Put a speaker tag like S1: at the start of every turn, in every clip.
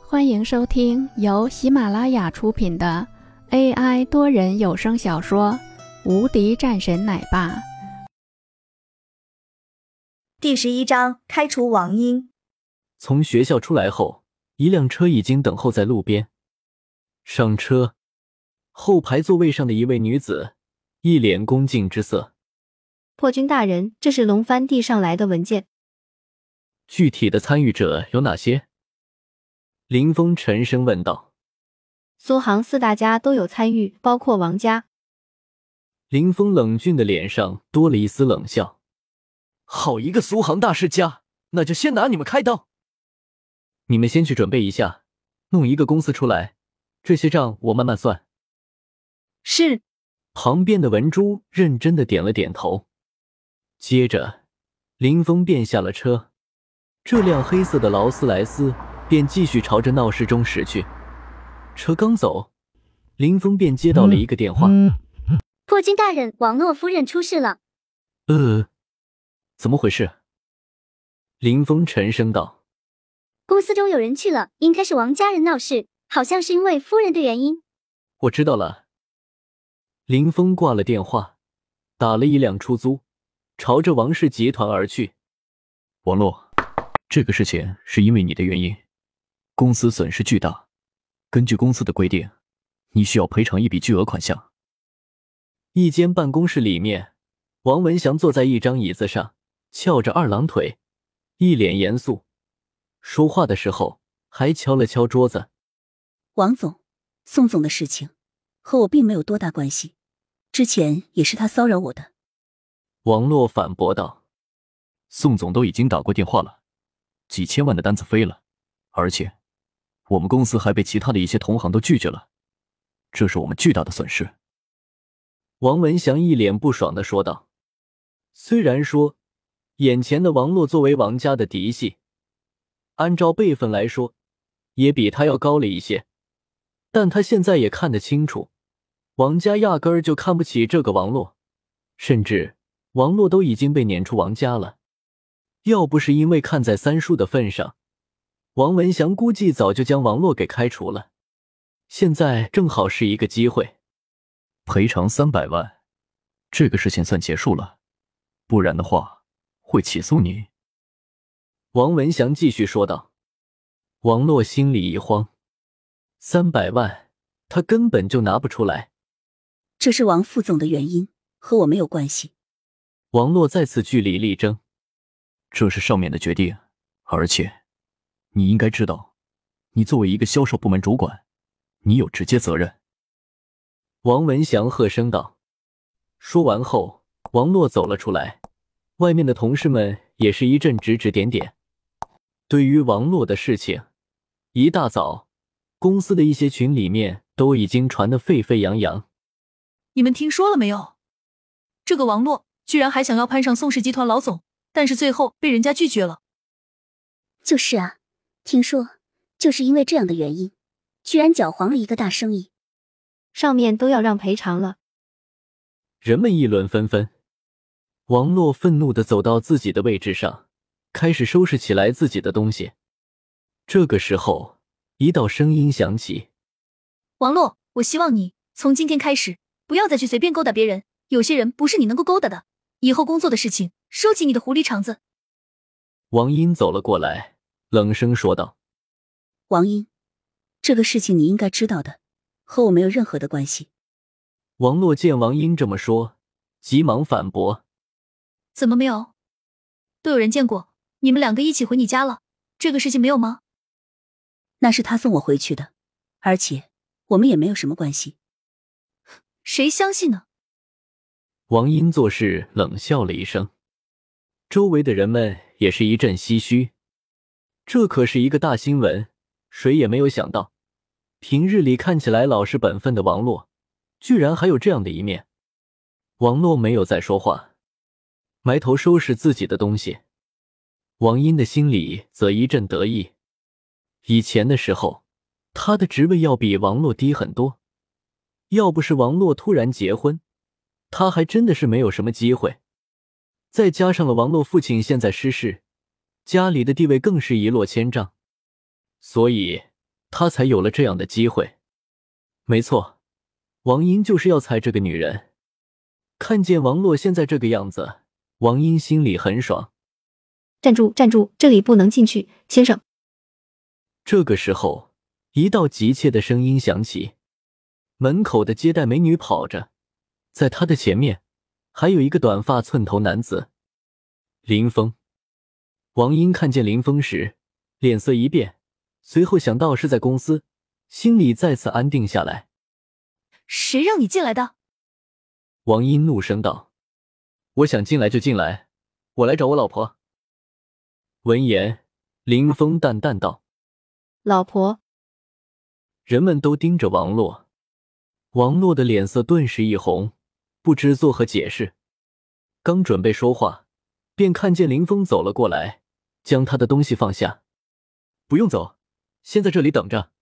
S1: 欢迎收听由喜马拉雅出品的 AI 多人有声小说《无敌战神奶爸》
S2: 第11章开除王英。
S3: 从学校出来后，一辆车已经等候在路边。上车，后排座位上的一位女子一脸恭敬之色。
S4: 破军大人，这是龙帆递上来的文件。
S3: 具体的参与者有哪些？林峰沉声问道。
S4: 苏杭4大家都有参与，包括王家。
S3: 林峰冷峻的脸上多了一丝冷笑。好一个苏杭大世家，那就先拿你们开刀。你们先去准备一下，弄一个公司出来，这些账我慢慢算。
S4: 是。
S3: 旁边的文珠认真的点了点头。接着林峰便下了车，这辆黑色的劳斯莱斯便继续朝着闹市中驶去。车刚走，林峰便接到了一个电话。
S5: 破军大人，王诺夫人出事了。
S3: 怎么回事？林峰沉声道。
S5: 公司中有人去了，应该是王家人闹事，好像是因为夫人的原因。
S3: 我知道了。林峰挂了电话，打了一辆出租，朝着王氏集团而去。
S6: 王洛，这个事情是因为你的原因，公司损失巨大，根据公司的规定，你需要赔偿一笔巨额款项。
S3: 一间办公室里面，王文祥坐在一张椅子上，翘着二郎腿，一脸严肃，说话的时候还敲了敲桌子。
S7: 王总，宋总的事情和我并没有多大关系，之前也是他骚扰我的。
S3: 王洛反驳道。
S6: 宋总都已经打过电话了，几千万的单子飞了，而且我们公司还被其他的一些同行都拒绝了，这是我们巨大的损失。
S3: 王文祥一脸不爽地说道。虽然说眼前的王洛作为王家的嫡系，按照辈分来说也比他要高了一些，但他现在也看得清楚，王家压根儿就看不起这个王洛，甚至王洛都已经被撵出王家了。要不是因为看在三叔的份上，王文祥估计早就将王洛给开除了。现在正好是一个机会。
S6: 赔偿300万，这个事情算结束了，不然的话会起诉你。
S3: 王文祥继续说道。王洛心里一慌，300万他根本就拿不出来。
S7: 这是王副总的原因，和我没有关系。
S3: 王洛再次据理力争。
S6: 这是上面的决定，而且你应该知道，你作为一个销售部门主管，你有直接责任。
S3: 王文祥喝声道。说完后，王洛走了出来，外面的同事们也是一阵指指点点。对于王洛的事情，一大早公司的一些群里面都已经传得沸沸扬扬。
S8: 你们听说了没有？这个王洛居然还想要攀上宋氏集团老总，但是最后被人家拒绝了。
S5: 就是啊，听说就是因为这样的原因，居然搅黄了一个大生意。
S4: 上面都要让赔偿了。
S3: 人们议论纷纷。王洛愤怒地走到自己的位置上，开始收拾起来自己的东西。这个时候，一道声音响起。
S8: 王洛，我希望你从今天开始不要再去随便勾搭别人，有些人不是你能够勾搭的，以后工作的事情收起你的狐狸肠子。
S3: 王英走了过来，冷声说道。
S7: 王英，这个事情你应该知道的，和我没有任何的关系。
S3: 王洛见王英这么说，急忙反驳。
S8: 怎么没有？都有人见过，你们2个一起回你家了，这个事情没有吗？
S7: 那是他送我回去的，而且我们也没有什么关系。
S8: 谁相信呢？
S3: 王英做事冷笑了一声，周围的人们也是一阵唏嘘。这可是一个大新闻，谁也没有想到，平日里看起来老实本分的王洛，居然还有这样的一面。王洛没有再说话，埋头收拾自己的东西。王英的心里则一阵得意。以前的时候，他的职位要比王洛低很多，要不是王洛突然结婚，他还真的是没有什么机会。再加上了王洛父亲现在失势，家里的地位更是一落千丈，所以他才有了这样的机会。没错，王英就是要踩这个女人。看见王洛现在这个样子，王英心里很爽。
S4: 站住，站住，这里不能进去，先生。
S3: 这个时候，一道急切的声音响起，门口的接待美女跑着，在她的前面还有一个短发寸头男子，林峰。王英看见林峰时，脸色一变，随后想到是在公司，心里再次安定下来。
S8: 谁让你进来的？
S3: 王英怒声道：我想进来就进来，我来找我老婆。闻言，林峰淡淡道：
S4: 老婆。
S3: 人们都盯着王洛，王洛的脸色顿时一红，不知作何解释。刚准备说话，便看见林峰走了过来，将他的东西放下。不用走，先在这里等着。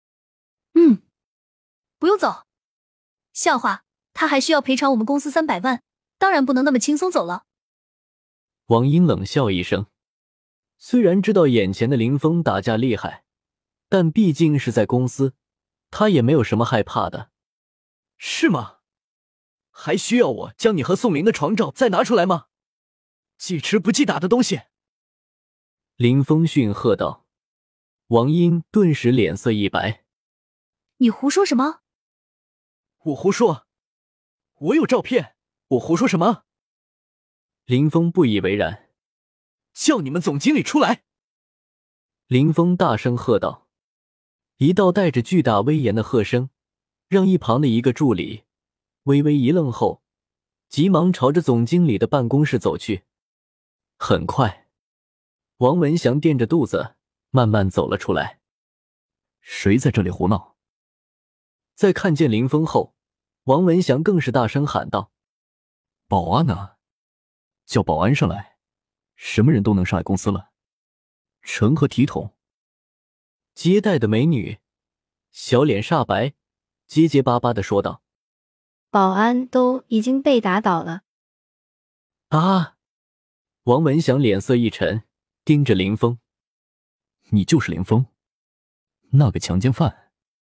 S8: 不用走。笑话，他还需要赔偿我们公司300万，当然不能那么轻松走了。
S3: 王英冷笑一声，虽然知道眼前的林峰打架厉害，但毕竟是在公司，他也没有什么害怕的。
S9: 是吗？还需要我将你和宋林的床照再拿出来吗？记吃不记打的东西！
S3: 林峰训喝道。王英顿时脸色一白。
S8: 你胡说什么？
S9: 我胡说？我有照片，我胡说什么？
S3: 林峰不以为然。
S9: 叫你们总经理出来！
S3: 林峰大声喝道。一道带着巨大威严的喝声，让一旁的一个助理微微一愣后，急忙朝着总经理的办公室走去。很快，王文祥垫着肚子慢慢走了出来。
S6: 谁在这里胡闹？
S3: 在看见林峰后，王文祥更是大声喊道：
S6: 保安呢？叫保安上来，什么人都能上来公司了，成何体统？
S3: 接待的美女小脸煞白，结结巴巴地说道：
S4: 保安都已经被打倒了。
S3: 啊！王文祥脸色一沉，盯着林峰。
S6: 你就是林峰，那个强奸犯。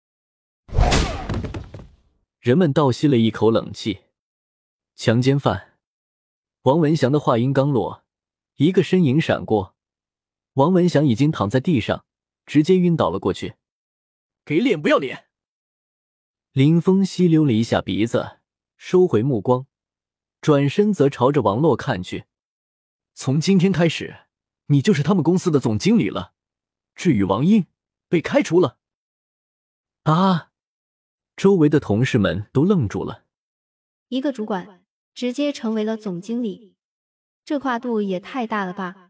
S3: 人们倒吸了一口冷气。强奸犯。王文祥的话音刚落，一个身影闪过，王文祥已经躺在地上，直接晕倒了过去。
S9: 给脸不要脸！
S3: 林峰吸溜了一下鼻子，收回目光，转身则朝着王洛看去。
S9: 从今天开始，你就是他们公司的总经理了。至于王英，被开除了。
S3: 啊！周围的同事们都愣住了。
S4: 一个主管直接成为了总经理，这跨度也太大了吧。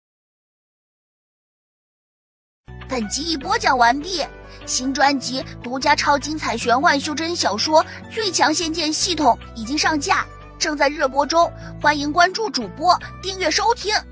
S10: 本集已播讲完毕，新专辑独家超精彩玄幻修真小说《最强仙剑系统》已经上架，正在热播中，欢迎关注主播，订阅收听。